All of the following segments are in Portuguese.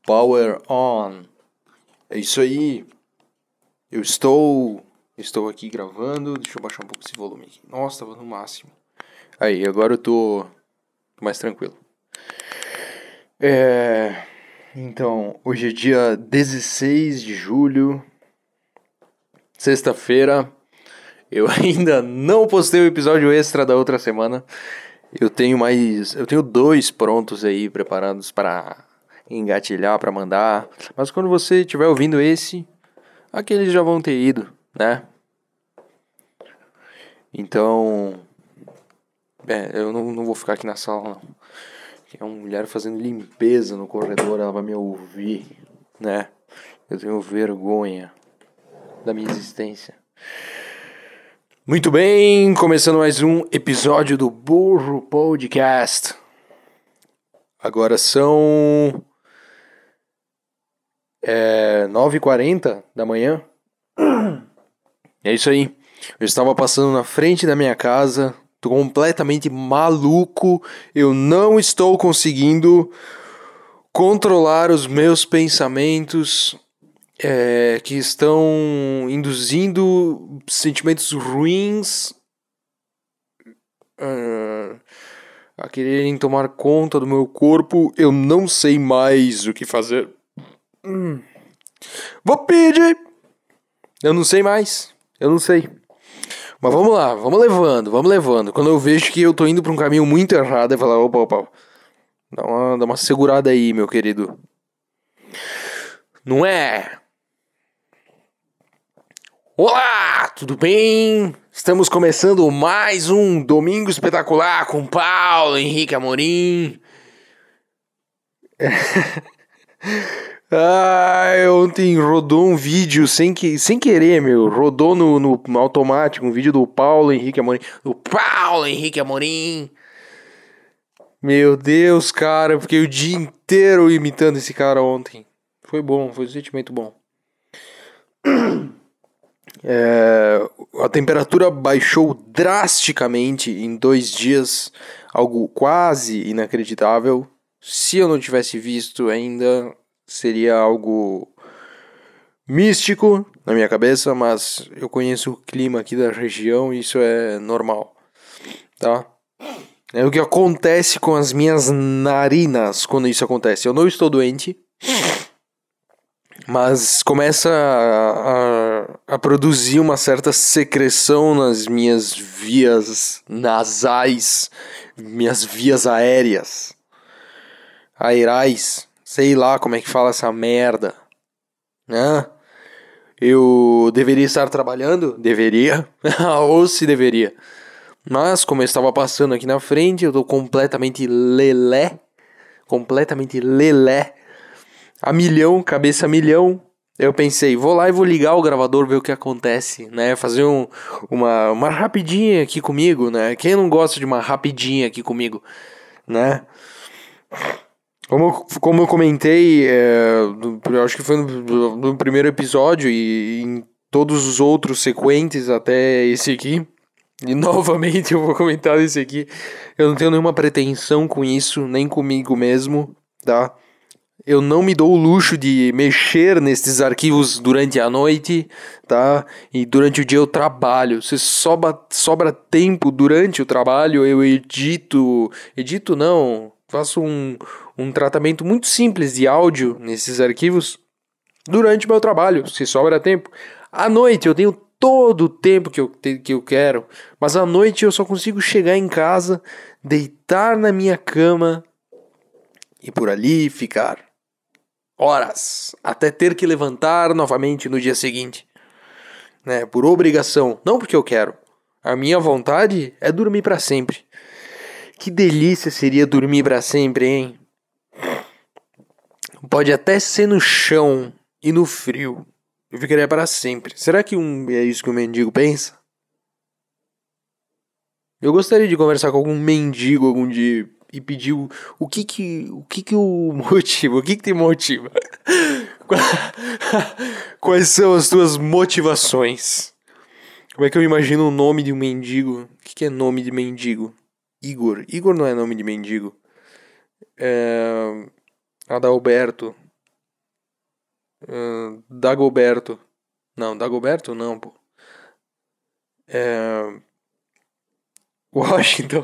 Power on. É isso aí. Eu estou aqui gravando. Deixa eu baixar um pouco esse volume aqui. Nossa, tava no máximo. Aí, agora eu tô mais tranquilo. Então, hoje é dia 16 de julho, sexta-feira. Eu ainda não postei o episódio extra da outra semana. Eu tenho 2 prontos aí, preparados para engatilhar, para mandar. Mas quando você estiver ouvindo esse, aqueles já vão ter ido, né? Então, eu não vou ficar aqui na sala, não. Tem uma mulher fazendo limpeza no corredor, ela vai me ouvir, né? Eu tenho vergonha da minha existência. Muito bem, começando mais um episódio do Burro Podcast. Agora são 9h40 da manhã. É isso aí. Eu estava passando na frente da minha casa, tô completamente maluco. Eu não estou conseguindo controlar os meus pensamentos que estão induzindo sentimentos ruins a quererem tomar conta do meu corpo. Eu não sei mais o que fazer. Vou pedir. Eu não sei mais. Eu não sei. Mas vamos lá, vamos levando. Quando eu vejo que eu tô indo pra um caminho muito errado, eu falo, opa. Dá uma segurada aí, meu querido. Não é? Olá, tudo bem? Estamos começando mais um Domingo Espetacular com Paulo Henrique Amorim. Ontem rodou um vídeo sem querer, meu. Rodou no automático um vídeo do Paulo Henrique Amorim. Do Paulo Henrique Amorim. Meu Deus, cara, eu fiquei o dia inteiro imitando esse cara ontem. Foi bom, foi um sentimento bom. A temperatura baixou drasticamente em 2 dias, algo quase inacreditável. Se eu não tivesse visto ainda, seria algo místico na minha cabeça, mas eu conheço o clima aqui da região e isso é normal, tá? É o que acontece com as minhas narinas quando isso acontece. Eu não estou doente, mas começa a produzir uma certa secreção nas minhas vias nasais, minhas vias aéreas, aerais, sei lá como é que fala essa merda, né? Eu deveria estar trabalhando? Deveria, ou se deveria. Mas como eu estava passando aqui na frente, eu tô completamente lelé, a milhão, cabeça a milhão. Eu pensei, vou lá e vou ligar o gravador, ver o que acontece, né? Fazer uma rapidinha aqui comigo, né? Quem não gosta de uma rapidinha aqui comigo, né? Como eu comentei, eu acho que foi no primeiro episódio e em todos os outros sequentes até esse aqui. E novamente eu vou comentar esse aqui. Eu não tenho nenhuma pretensão com isso, nem comigo mesmo, tá? Eu não me dou o luxo de mexer nesses arquivos durante a noite, tá? E durante o dia eu trabalho. Se sobra tempo durante o trabalho, eu edito não, faço um tratamento muito simples de áudio nesses arquivos durante o meu trabalho, se sobra tempo. À noite eu tenho todo o tempo que eu quero, mas à noite eu só consigo chegar em casa, deitar na minha cama e por ali ficar horas, até ter que levantar novamente no dia seguinte, né? Por obrigação, não porque eu quero. A minha vontade é dormir para sempre. Que delícia seria dormir para sempre, hein? Pode até ser no chão e no frio. Eu ficaria para sempre. Será que é isso que um mendigo pensa? Eu gostaria de conversar com algum mendigo algum dia e pedir o que o motiva, o que te motiva? Quais são as tuas motivações? Como é que eu imagino o nome de um mendigo? O que é nome de mendigo? Igor. Igor não é nome de mendigo. Adalberto. Dagoberto. Não, Dagoberto não, pô. Washington.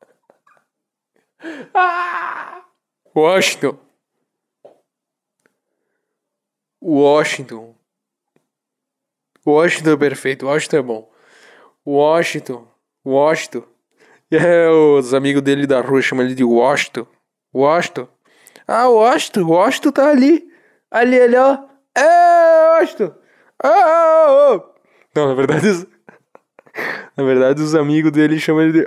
Washington. Washington. Washington é perfeito. Washington é bom. Washington. Washington. E os amigos dele da rua chamam ele de Washington. Washington. Ah, Washington. Washington tá ali. Ali, ó. É, Washington. Não, na verdade, os amigos dele chamam ele de.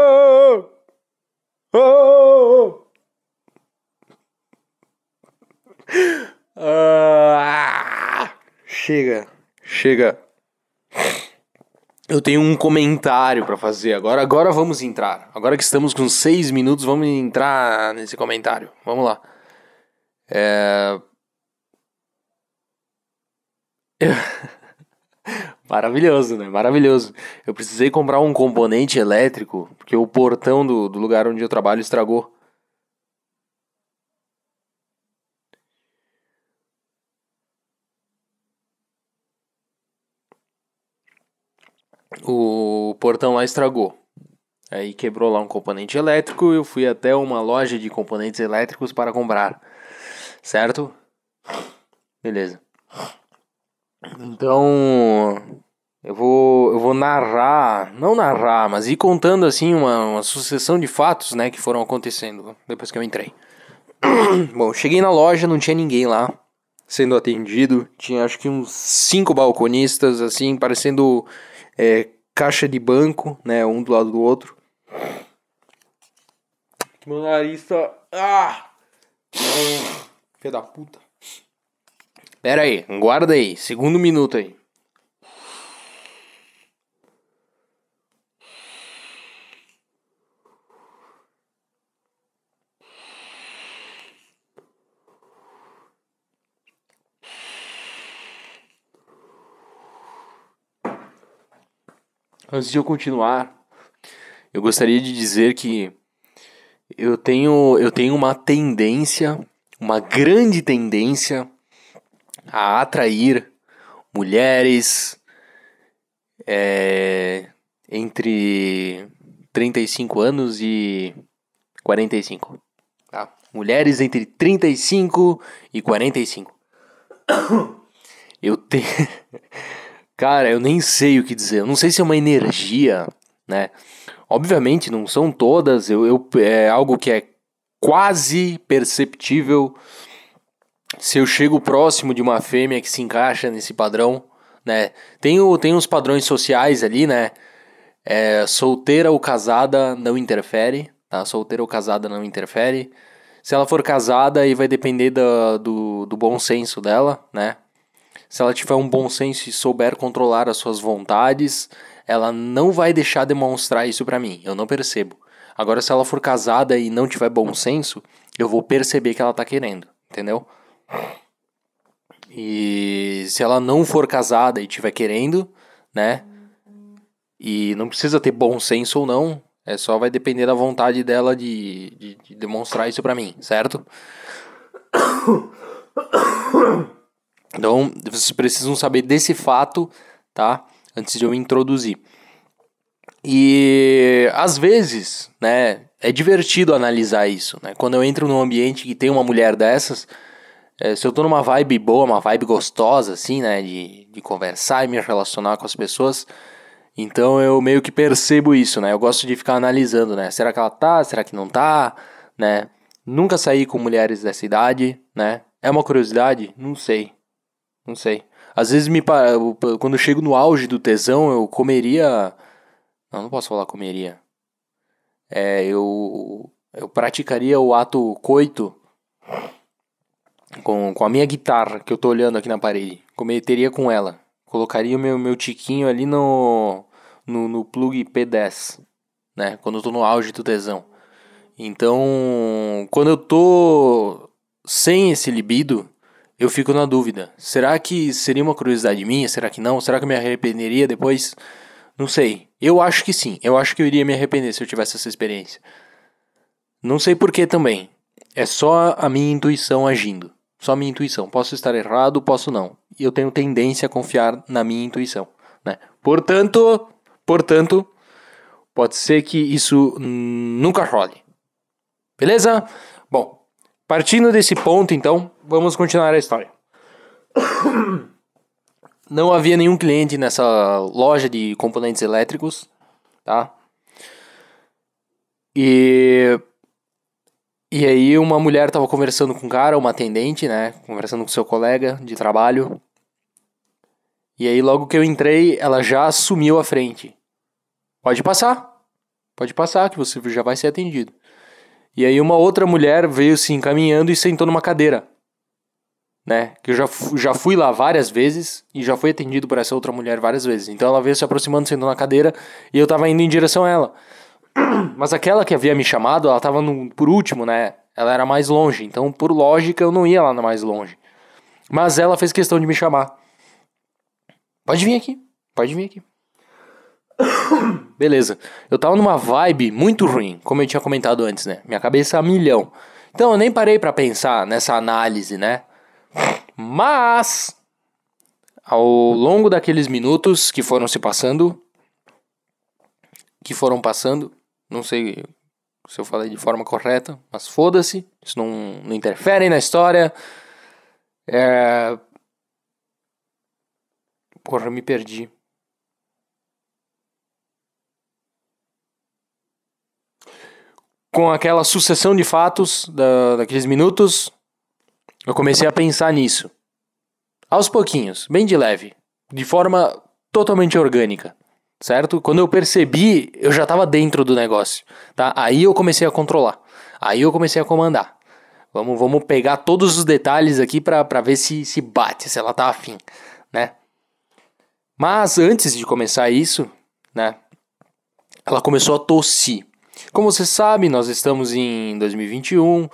Chega. Eu tenho um comentário pra fazer. Agora vamos entrar. Agora que estamos com 6 minutos, vamos entrar nesse comentário. Vamos lá. Maravilhoso, né? Maravilhoso. Eu precisei comprar um componente elétrico, porque o portão do lugar onde eu trabalho estragou. O portão lá estragou. Aí quebrou lá um componente elétrico. Eu fui até uma loja de componentes elétricos para comprar. Certo? Beleza. Então, eu vou narrar, não narrar, mas ir contando assim uma sucessão de fatos, né, que foram acontecendo depois que eu entrei. Bom, cheguei na loja, não tinha ninguém lá sendo atendido. Tinha acho que uns 5 balconistas, assim, parecendo caixa de banco, né, um do lado do outro. Meu nariz tá... Filho da puta. Pera aí, guarda aí, segundo minuto aí. Antes de eu continuar, eu gostaria de dizer que eu tenho uma tendência, uma grande tendência a atrair mulheres entre 35 anos e 45. Tá? Mulheres entre 35 e 45. Eu tenho... Cara, eu nem sei o que dizer. Eu não sei se é uma energia, né? Obviamente não são todas. É algo que é quase perceptível se eu chego próximo de uma fêmea que se encaixa nesse padrão, né? Tem os padrões sociais ali, né? Solteira ou casada não interfere, tá? Solteira ou casada não interfere. Se ela for casada, aí vai depender do bom senso dela, né? Se ela tiver um bom senso e souber controlar as suas vontades, ela não vai deixar demonstrar isso pra mim. Eu não percebo. Agora, se ela for casada e não tiver bom senso, eu vou perceber que ela tá querendo, entendeu? E se ela não for casada e tiver querendo, né? E não precisa ter bom senso ou não, só vai depender da vontade dela de demonstrar isso pra mim, certo? Então, vocês precisam saber desse fato, tá? Antes de eu introduzir. E às vezes, né, é divertido analisar isso, né? Quando eu entro num ambiente que tem uma mulher dessas, se eu tô numa vibe boa, uma vibe gostosa, assim, né, de conversar e me relacionar com as pessoas, então eu meio que percebo isso, né? Eu gosto de ficar analisando, né? Será que ela tá? Será que não tá? Né? Nunca saí com mulheres dessa idade, né? É uma curiosidade? Não sei. Às vezes quando eu chego no auge do tesão, eu comeria... Não posso falar comeria. Eu praticaria o ato coito com a minha guitarra, que eu tô olhando aqui na parede. Cometeria com ela. Colocaria o meu tiquinho ali no plug P10, né? Quando eu tô no auge do tesão. Então, quando eu tô sem esse libido, eu fico na dúvida. Será que seria uma curiosidade minha? Será que não? Será que eu me arrependeria depois? Não sei. Eu acho que sim. Eu acho que eu iria me arrepender se eu tivesse essa experiência. Não sei por que também. É só a minha intuição agindo, Só minha intuição. Posso estar errado, posso não. E eu tenho tendência a confiar na minha intuição, né? Portanto, pode ser que isso nunca role. Beleza? Bom, partindo desse ponto, então, vamos continuar a história. Não havia nenhum cliente nessa loja de componentes elétricos, tá? E aí uma mulher tava conversando com um cara, uma atendente, né? Conversando com seu colega de trabalho. E aí logo que eu entrei, ela já assumiu a frente. Pode passar que você já vai ser atendido. E aí uma outra mulher veio se encaminhando e sentou numa cadeira, né? Que eu já fui lá várias vezes e já fui atendido por essa outra mulher várias vezes. Então ela veio se aproximando, sentou na cadeira e eu tava indo em direção a ela. Mas aquela que havia me chamado, ela tava por último, né? Ela era mais longe, então por lógica eu não ia lá na mais longe. Mas ela fez questão de me chamar. Pode vir aqui. Beleza. Eu tava numa vibe muito ruim, como eu tinha comentado antes, né? Minha cabeça a milhão. Então eu nem parei pra pensar nessa análise, né? Mas, ao longo daqueles minutos que foram passando, não sei se eu falei de forma correta, mas foda-se, isso não interfere na história. Porra, eu me perdi. Com aquela sucessão de fatos daqueles minutos, eu comecei a pensar nisso. Aos pouquinhos, bem de leve, de forma totalmente orgânica, certo? Quando eu percebi, eu já estava dentro do negócio, tá? Aí eu comecei a controlar, aí eu comecei a comandar. Vamos pegar todos os detalhes aqui pra ver se bate, se ela tá afim, né? Mas antes de começar isso, né? Ela começou a tossir. Como você sabe, nós estamos em 2021.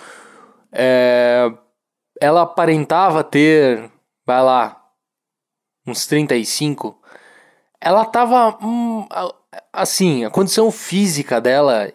Ela aparentava ter, vai lá, uns 35. Ela tava, assim, a condição física dela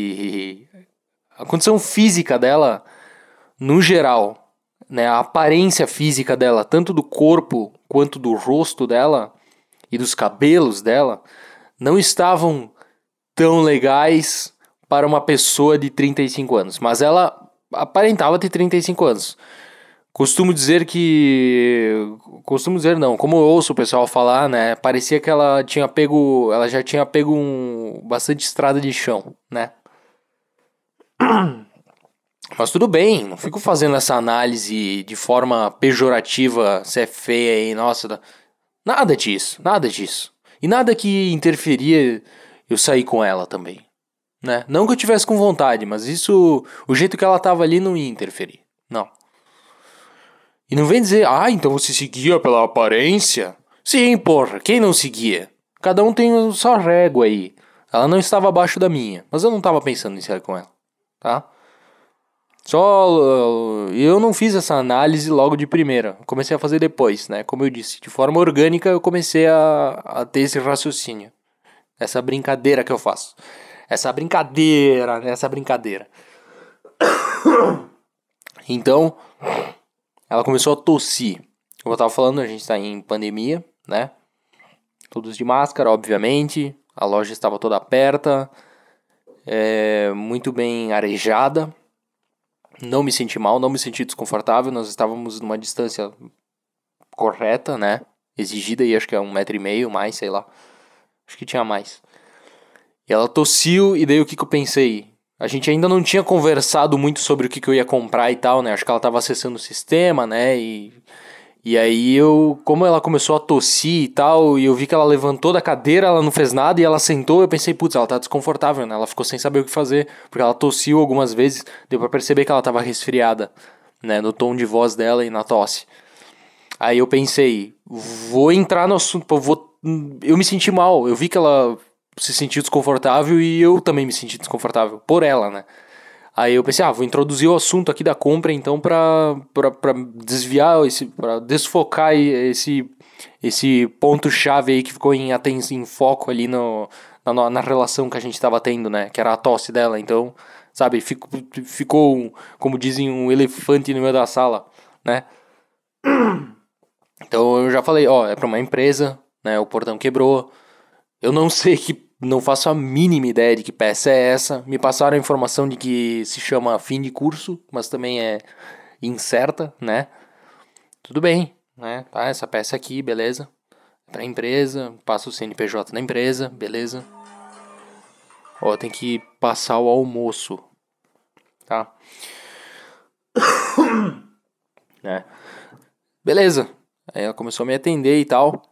no geral, né, a aparência física dela, tanto do corpo quanto do rosto dela e dos cabelos dela, não estavam tão legais para uma pessoa de 35 anos. Mas ela aparentava ter 35 anos. Costumo dizer não, como eu ouço o pessoal falar, né, parecia que ela já tinha pego bastante estrada de chão, né. Mas tudo bem, não fico fazendo essa análise de forma pejorativa, se é feia aí, nossa. Nada disso. E nada que interferia eu sair com ela também, né? Não que eu tivesse com vontade, mas isso, o jeito que ela tava ali não ia interferir, não. E não vem dizer, então você seguia pela aparência? Sim, porra, quem não seguia? Cada um tem sua régua aí. Ela não estava abaixo da minha, mas eu não estava pensando em sair com ela, tá? Eu não fiz essa análise logo de primeira. Comecei a fazer depois, né? Como eu disse, de forma orgânica eu comecei a ter esse raciocínio. Essa brincadeira que eu faço. Essa brincadeira. Então, ela começou a tossir. Como eu tava falando, a gente tá em pandemia, né? Todos de máscara, obviamente. A loja estava toda aberta. Muito bem arejada. Não me senti mal, não me senti desconfortável. Nós estávamos numa distância correta, né? Exigida, e acho que é 1,5 m mais, sei lá. Acho que tinha mais. E ela tossiu, e daí o que eu pensei? A gente ainda não tinha conversado muito sobre o que eu ia comprar e tal, né? Acho que ela estava acessando o sistema, né? E aí como ela começou a tossir e tal, e eu vi que ela levantou da cadeira, ela não fez nada e ela sentou, eu pensei, putz, ela tá desconfortável, né? Ela ficou sem saber o que fazer, porque ela tossiu algumas vezes, deu pra perceber que ela tava resfriada, né? No tom de voz dela e na tosse. Aí eu pensei, vou entrar no assunto, eu me senti mal, eu vi que ela se sentiu desconfortável e eu também me senti desconfortável, por ela, né? Aí eu pensei, vou introduzir o assunto aqui da compra, então, pra desviar, pra desfocar esse ponto-chave aí que ficou em foco ali na relação que a gente tava tendo, né? Que era a tosse dela, então, sabe, ficou, como dizem, um elefante no meio da sala, né? Então eu já falei, ó, é pra uma empresa, né? O portão quebrou. Eu não sei não faço a mínima ideia de que peça é essa. Me passaram a informação de que se chama fim de curso, mas também é incerta, né? Tudo bem, né? Tá, essa peça aqui, beleza. Pra empresa, passa o CNPJ da empresa, beleza. Ó, tem que passar o almoço, tá? Né? Beleza. Aí ela começou a me atender e tal.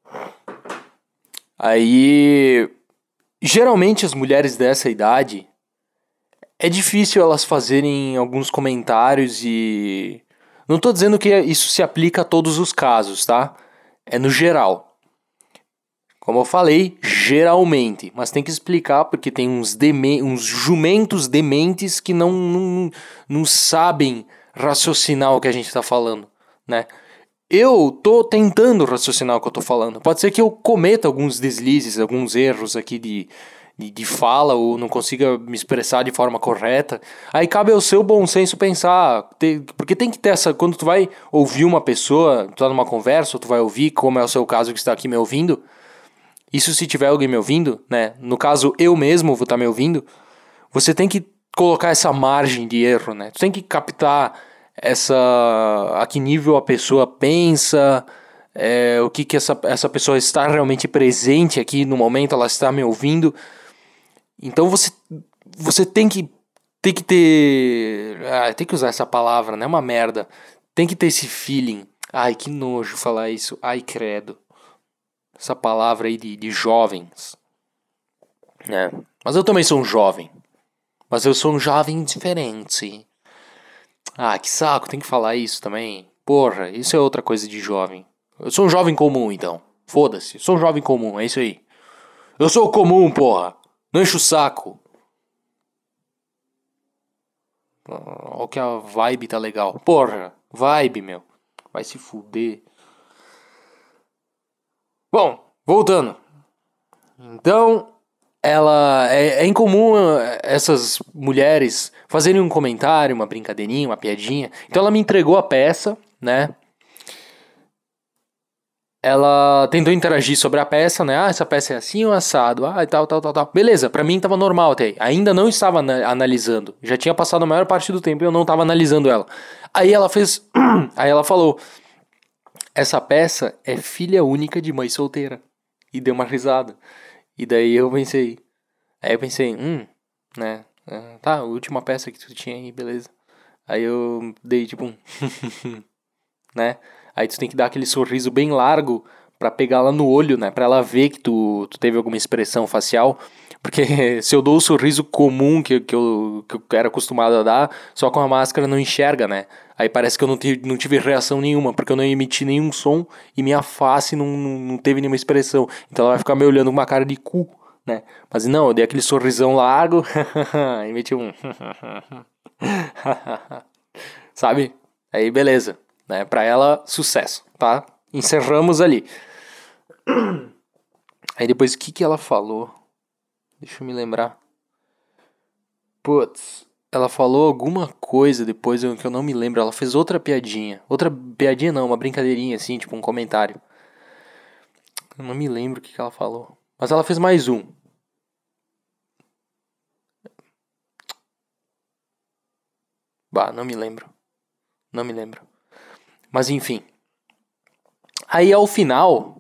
Aí, geralmente as mulheres dessa idade, é difícil elas fazerem alguns comentários e... Não tô dizendo que isso se aplica a todos os casos, tá? É no geral. Como eu falei, geralmente. Mas tem que explicar porque tem uns jumentos dementes que não sabem raciocinar o que a gente tá falando, né? Eu tô tentando raciocinar o que eu tô falando. Pode ser que eu cometa alguns deslizes, alguns erros aqui de fala ou não consiga me expressar de forma correta. Aí cabe ao seu bom senso pensar. Porque tem que ter essa... Quando tu vai ouvir uma pessoa, tu tá numa conversa, ou tu vai ouvir, como é o seu caso que está aqui me ouvindo. Isso se tiver alguém me ouvindo, né? No caso, eu mesmo vou estar me ouvindo. Você tem que colocar essa margem de erro, né? Tu tem que captar a que nível a pessoa pensa, o que essa pessoa está realmente presente aqui no momento, ela está me ouvindo. Então você tem que ter... tem que usar essa palavra, né? É uma merda. Tem que ter esse feeling. Ai, que nojo falar isso. Ai, credo. Essa palavra aí de jovens. Né? Mas eu também sou um jovem. Mas eu sou um jovem diferente. Ah, que saco, tem que falar isso também. Porra, isso é outra coisa de jovem. Eu sou um jovem comum, então. Foda-se, sou um jovem comum, é isso aí. Eu sou comum, porra. Não enche o saco. Olha que a vibe tá legal. Porra, vibe, meu. Vai se fuder. Bom, voltando. Então, é incomum essas mulheres fazerem um comentário, uma brincadeirinha, uma piadinha. Então ela me entregou a peça, né? Ela tentou interagir sobre a peça, né? Ah, essa peça é assim ou assado? Ah, e tal. Beleza, pra mim tava normal até aí. Ainda não estava analisando. Já tinha passado a maior parte do tempo e eu não tava analisando ela. Aí ela fez... Aí ela falou... Essa peça é filha única de mãe solteira. E deu uma risada. E daí eu pensei... Aí eu pensei, né? Tá, a última peça que tu tinha aí, beleza. Aí eu dei tipo um... né? Aí tu tem que dar aquele sorriso bem largo pra pegar ela no olho, né? Pra ela ver que tu teve alguma expressão facial. Porque se eu dou o sorriso comum que eu era acostumado a dar, só com a máscara não enxerga, né? Aí parece que eu não tive reação nenhuma, porque eu não emiti nenhum som e minha face não teve nenhuma expressão. Então ela vai ficar me olhando com uma cara de cu, né? Mas não, eu dei aquele sorrisão largo e meti um... Sabe? Aí beleza. Né? Pra ela, sucesso, tá? Encerramos ali. Aí depois, o que ela falou? Deixa eu me lembrar. Putz, ela falou alguma coisa depois que eu não me lembro. Ela fez outra piadinha. Outra piadinha não, uma brincadeirinha assim, tipo um comentário. Eu não me lembro o que ela falou. Mas ela fez mais um. Bah, não me lembro. Não me lembro. Mas enfim. Aí ao final...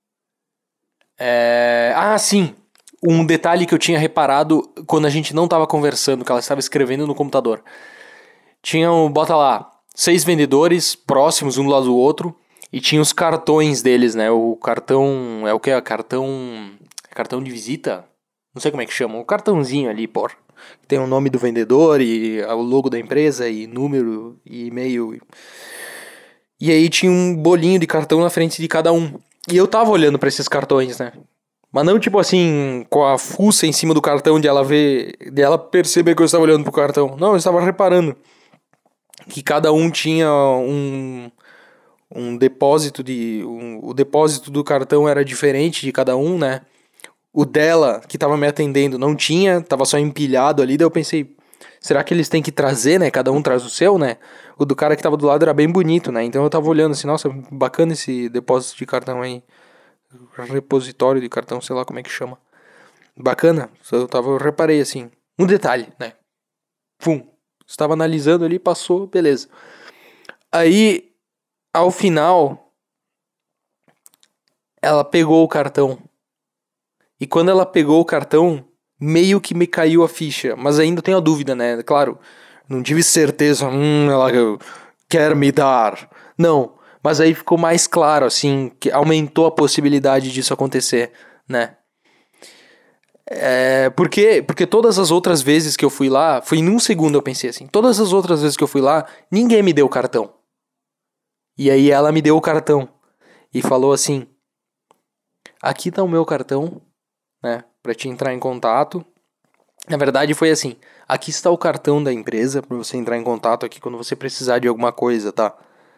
Ah, sim. Um detalhe que eu tinha reparado quando a gente não estava conversando, que ela estava escrevendo no computador. Bota lá, 6 vendedores próximos um do lado do outro. E tinha os cartões deles, né? O cartão... É o que? Cartão de visita? Não sei como é que chama. O cartãozinho ali, porra. Tem o nome do vendedor e o logo da empresa e número e e-mail. E aí tinha um bolinho de cartão na frente de cada um. E eu tava olhando pra esses cartões, né? Mas não tipo assim, com a fuça em cima do cartão de ela perceber que eu estava olhando pro cartão. Não, eu estava reparando que cada um tinha um depósito o depósito do cartão era diferente de cada um, né? O dela, que tava me atendendo, não tinha, tava só empilhado ali. Daí eu pensei, será que eles têm que trazer, né? Cada um traz o seu, né? O do cara que tava do lado era bem bonito, né? Então eu tava olhando assim, nossa, bacana esse depósito de cartão aí. Repositório de cartão, sei lá como é que chama. Bacana. Eu reparei assim. Um detalhe, né? Pum. Estava analisando ali, passou, beleza. Aí, ao final, ela pegou o cartão. E quando ela pegou o cartão, meio que me caiu a ficha. Mas ainda tenho a dúvida, né? Claro, não tive certeza. Ela quer me dar. Não. Mas aí ficou mais claro, assim, que aumentou a possibilidade disso acontecer, né? Por quê? Porque todas as outras vezes que eu fui lá, foi em um segundo eu pensei assim, todas as outras vezes que eu fui lá, ninguém me deu o cartão. E aí ela me deu o cartão e falou assim, aqui tá o meu cartão, né, pra te entrar em contato. Na verdade foi assim, aqui está o cartão da empresa pra você entrar em contato aqui quando você precisar de alguma coisa, tá?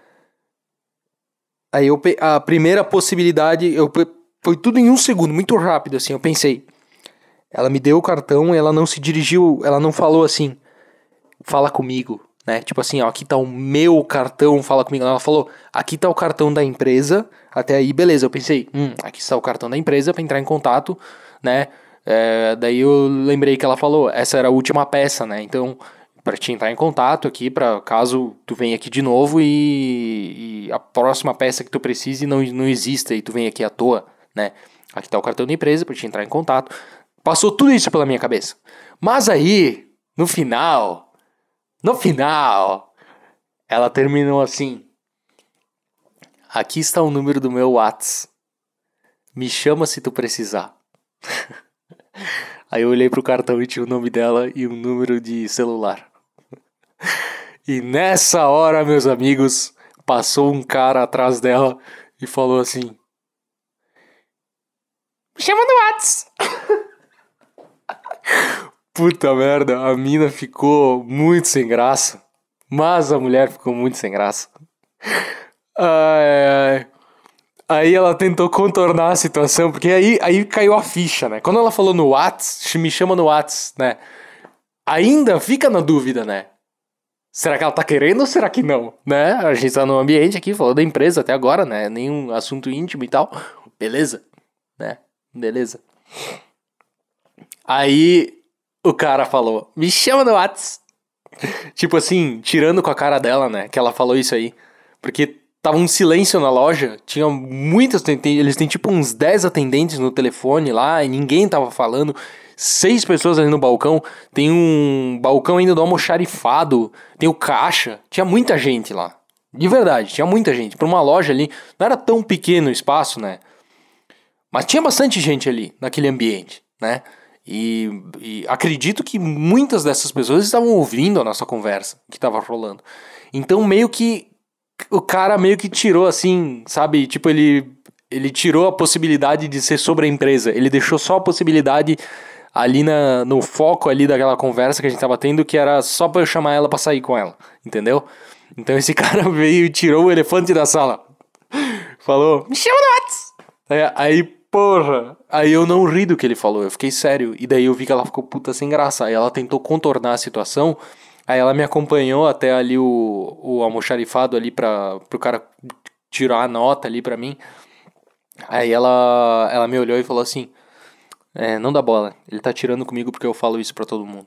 Aí a primeira possibilidade, foi tudo em um segundo, muito rápido assim, eu pensei, ela me deu o cartão e ela não se dirigiu, ela não falou assim, fala comigo, né? Tipo assim, ó, aqui tá o meu cartão, fala comigo. Ela falou, aqui tá o cartão da empresa. Até aí, beleza. Eu pensei, aqui está o cartão da empresa pra entrar em contato, né? Daí eu lembrei que ela falou, essa era a última peça, né? Então, pra te entrar em contato aqui, pra caso tu venha aqui de novo e a próxima peça que tu precise não exista e tu venha aqui à toa, né? Aqui tá o cartão da empresa pra te entrar em contato. Passou tudo isso pela minha cabeça. Mas aí, no final, ela terminou assim. Aqui está o número do meu Whats. Me chama se tu precisar. Aí eu olhei pro cartão e tinha o nome dela e um número de celular. E nessa hora, meus amigos, passou um cara atrás dela e falou assim: me chama no Whats. Puta merda, a mina ficou muito sem graça. Mas a mulher ficou muito sem graça. Ai, ai. Aí ela tentou contornar a situação, porque aí caiu a ficha, né? Quando ela falou no Whats, me chama no Whats, né? Ainda fica na dúvida, né? Será que ela tá querendo ou será que não? Né? A gente tá no ambiente aqui, falou da empresa até agora, né? Nenhum assunto íntimo e tal. Beleza, né? Beleza. Aí o cara falou, me chama no Whats. Tipo assim, tirando com a cara dela, né? Que ela falou isso aí. Porque tava um silêncio na loja. Tinha muitas. Eles têm tipo uns 10 atendentes no telefone lá. E ninguém tava falando. 6 pessoas ali no balcão. Tem um balcão ainda do almoxarifado. Tem o caixa. Tinha muita gente lá. De verdade, tinha muita gente. Pra uma loja ali. Não era tão pequeno o espaço, né? Mas tinha bastante gente ali, naquele ambiente, né? E acredito que muitas dessas pessoas estavam ouvindo a nossa conversa que estava rolando. Então meio que o cara meio que tirou assim, sabe? Tipo, ele tirou a possibilidade de ser sobre a empresa. Ele deixou só a possibilidade ali no foco ali daquela conversa que a gente tava tendo, que era só pra eu chamar ela pra sair com ela, entendeu? Então esse cara veio e tirou o elefante da sala. Falou, me chama no Whats! Aí, porra, aí eu não ri do que ele falou, eu fiquei sério. E daí eu vi que ela ficou puta sem graça. Aí ela tentou contornar a situação. Aí ela me acompanhou até ali o almoxarifado ali pro cara tirar a nota ali pra mim. Aí ela me olhou e falou assim, não dá bola, ele tá tirando comigo porque eu falo isso pra todo mundo.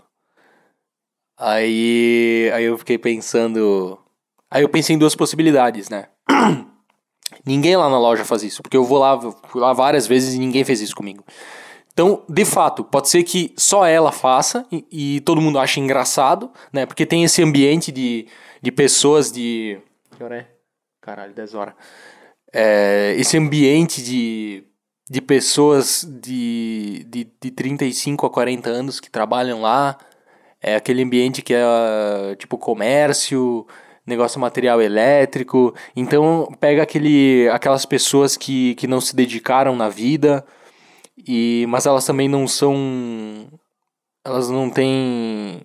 Aí eu fiquei pensando... Aí eu pensei em duas possibilidades, né? Ninguém lá na loja faz isso, porque eu fui lá várias vezes e ninguém fez isso comigo. Então, de fato, pode ser que só ela faça e todo mundo ache engraçado, né? Porque tem esse ambiente de pessoas de... Que hora é? Caralho, 10 horas. Esse ambiente de pessoas de 35 a 40 anos que trabalham lá. É aquele ambiente que é tipo comércio, negócio material elétrico. Então pega aquelas pessoas que não se dedicaram na vida, mas elas também não são. Elas não têm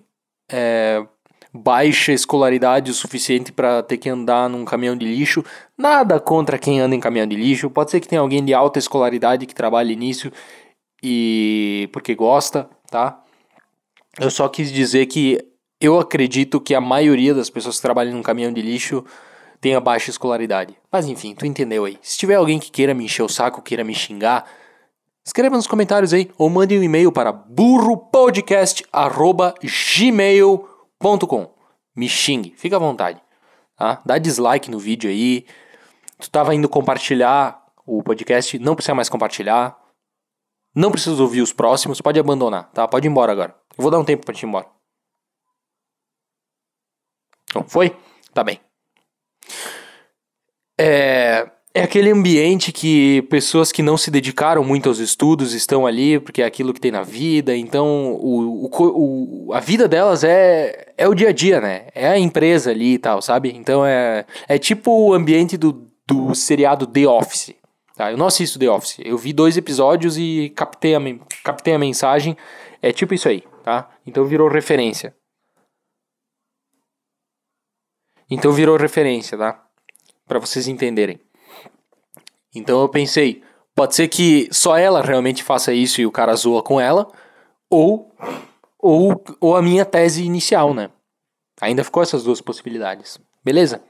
baixa escolaridade o suficiente para ter que andar num caminhão de lixo. Nada contra quem anda em caminhão de lixo. Pode ser que tenha alguém de alta escolaridade que trabalhe nisso e porque gosta, tá? Eu só quis dizer que eu acredito que a maioria das pessoas que trabalham num caminhão de lixo tenha baixa escolaridade. Mas enfim, tu entendeu aí. Se tiver alguém que queira me encher o saco, queira me xingar, escreva nos comentários aí, ou mande um e-mail para burropodcast@gmail.com. Me xingue, fica à vontade. Tá? Dá dislike no vídeo aí. Tu tava indo compartilhar o podcast, não precisa mais compartilhar. Não precisa ouvir os próximos, pode abandonar, tá? Pode ir embora agora. Eu vou dar um tempo pra te ir embora. Então, foi? Tá bem. É aquele ambiente que pessoas que não se dedicaram muito aos estudos estão ali, porque é aquilo que tem na vida, então a vida delas é o dia a dia, né? É a empresa ali e tal, sabe? Então é tipo o ambiente do seriado The Office. Tá? Eu não assisto The Office, eu vi 2 episódios e captei a mensagem, é tipo isso aí, tá? Então virou referência. Tá? Pra vocês entenderem. Então eu pensei, pode ser que só ela realmente faça isso e o cara zoa com ela, ou a minha tese inicial, né? Ainda ficou essas 2 possibilidades. Beleza?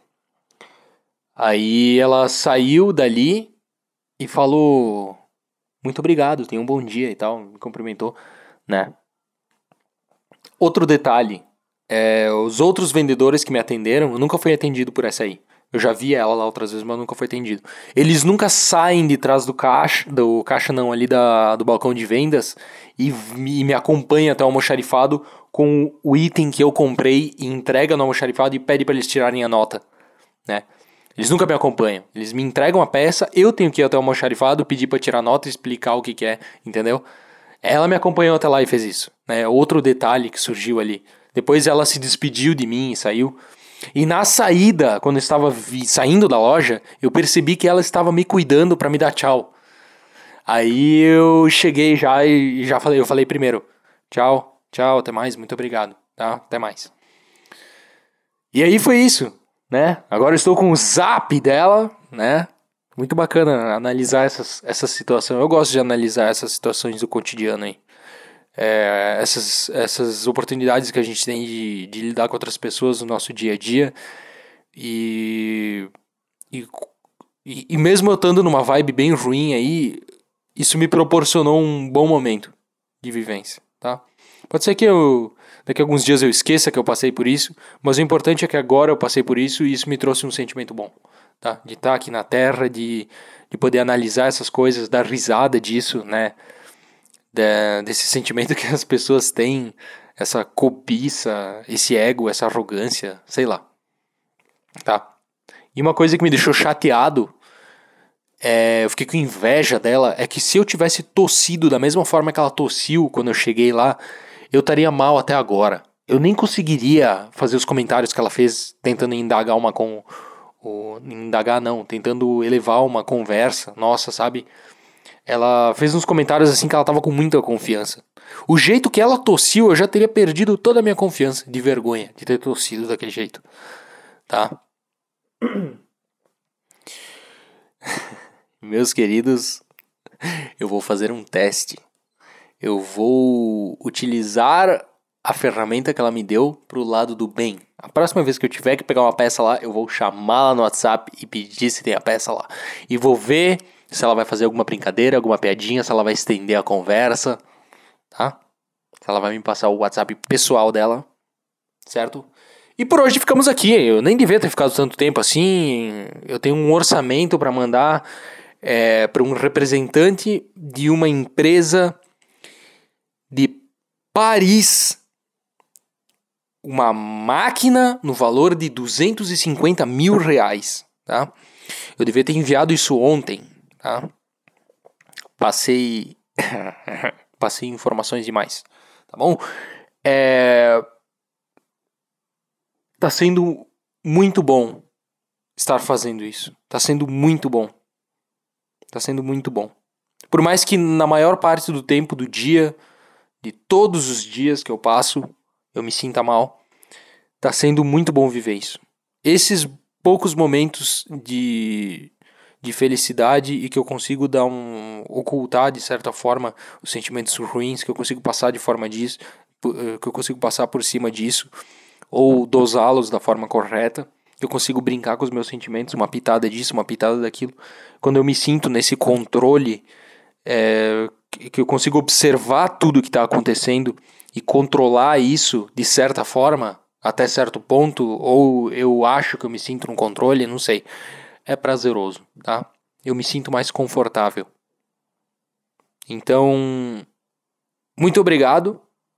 Aí ela saiu dali e falou, muito obrigado, tenha um bom dia e tal, me cumprimentou, né? Outro detalhe, os outros vendedores que me atenderam, eu nunca fui atendido por essa aí. Eu já vi ela lá outras vezes, mas nunca fui atendido. Eles nunca saem de trás do caixa não, ali do balcão de vendas e me acompanham até o almoxarifado com o item que eu comprei e entrega no almoxarifado e pede para eles tirarem a nota, né? Eles nunca me acompanham. Eles me entregam a peça, eu tenho que ir até o almoxarifado, pedir pra tirar nota e explicar o que é, entendeu? Ela me acompanhou até lá e fez isso, né? Outro detalhe que surgiu ali. Depois ela se despediu de mim e saiu. E na saída, quando eu estava saindo da loja, eu percebi que ela estava me cuidando pra me dar tchau. Aí eu cheguei já e eu falei primeiro, tchau, até mais, muito obrigado, tá? Até mais. E aí foi isso, né? Agora eu estou com o zap dela, né? Muito bacana analisar essa situação. Eu gosto de analisar essas situações do cotidiano aí. Essas oportunidades que a gente tem de lidar com outras pessoas no nosso dia a dia. E mesmo eu estando numa vibe bem ruim aí, isso me proporcionou um bom momento de vivência, tá? Pode ser que daqui a alguns dias eu esqueça que eu passei por isso, mas o importante é que agora eu passei por isso e isso me trouxe um sentimento bom, tá? De estar aqui na Terra, de poder analisar essas coisas, dar risada disso, né? Desse sentimento que as pessoas têm, essa cobiça, esse ego, essa arrogância, sei lá, tá? E uma coisa que me deixou chateado, eu fiquei com inveja dela, é que se eu tivesse tossido da mesma forma que ela tossiu quando eu cheguei lá, eu estaria mal até agora. Eu nem conseguiria fazer os comentários que ela fez tentando indagar tentando elevar uma conversa, nossa, sabe? Ela fez uns comentários assim que ela tava com muita confiança. O jeito que ela tossiu, eu já teria perdido toda a minha confiança, de vergonha, de ter tossido daquele jeito, tá? Meus queridos, eu vou fazer um teste. Eu vou utilizar a ferramenta que ela me deu pro lado do bem. A próxima vez que eu tiver que pegar uma peça lá, eu vou chamá-la no WhatsApp e pedir se tem a peça lá. E vou ver se ela vai fazer alguma brincadeira, alguma piadinha, se ela vai estender a conversa, tá? Se ela vai me passar o WhatsApp pessoal dela, certo? E por hoje ficamos aqui. Eu nem devia ter ficado tanto tempo assim. Eu tenho um orçamento para mandar para um representante de uma empresa de Paris, uma máquina no valor de 250 mil reais, tá? Eu devia ter enviado isso ontem, tá? Passei informações demais, tá bom? Tá sendo muito bom estar fazendo isso. Tá sendo muito bom. Por mais que na maior parte do tempo do dia, de todos os dias que eu passo, eu me sinta mal, tá sendo muito bom viver isso. Esses poucos momentos de felicidade e que eu consigo ocultar de certa forma os sentimentos ruins, que eu consigo passar de forma disso, que eu consigo passar por cima disso, ou dosá-los da forma correta. Eu consigo brincar com os meus sentimentos, uma pitada disso, uma pitada daquilo. Quando eu me sinto nesse controle, que eu consigo observar tudo que está acontecendo e controlar isso de certa forma, até certo ponto, ou eu acho que eu me sinto no controle, não sei. É prazeroso, tá? Eu me sinto mais confortável. Então, muito obrigado.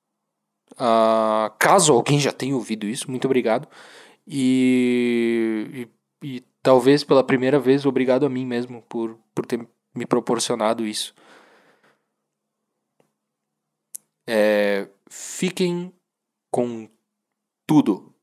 Caso alguém já tenha ouvido isso, muito obrigado. E talvez pela primeira vez, obrigado a mim mesmo por ter me proporcionado isso. Fiquem com tudo.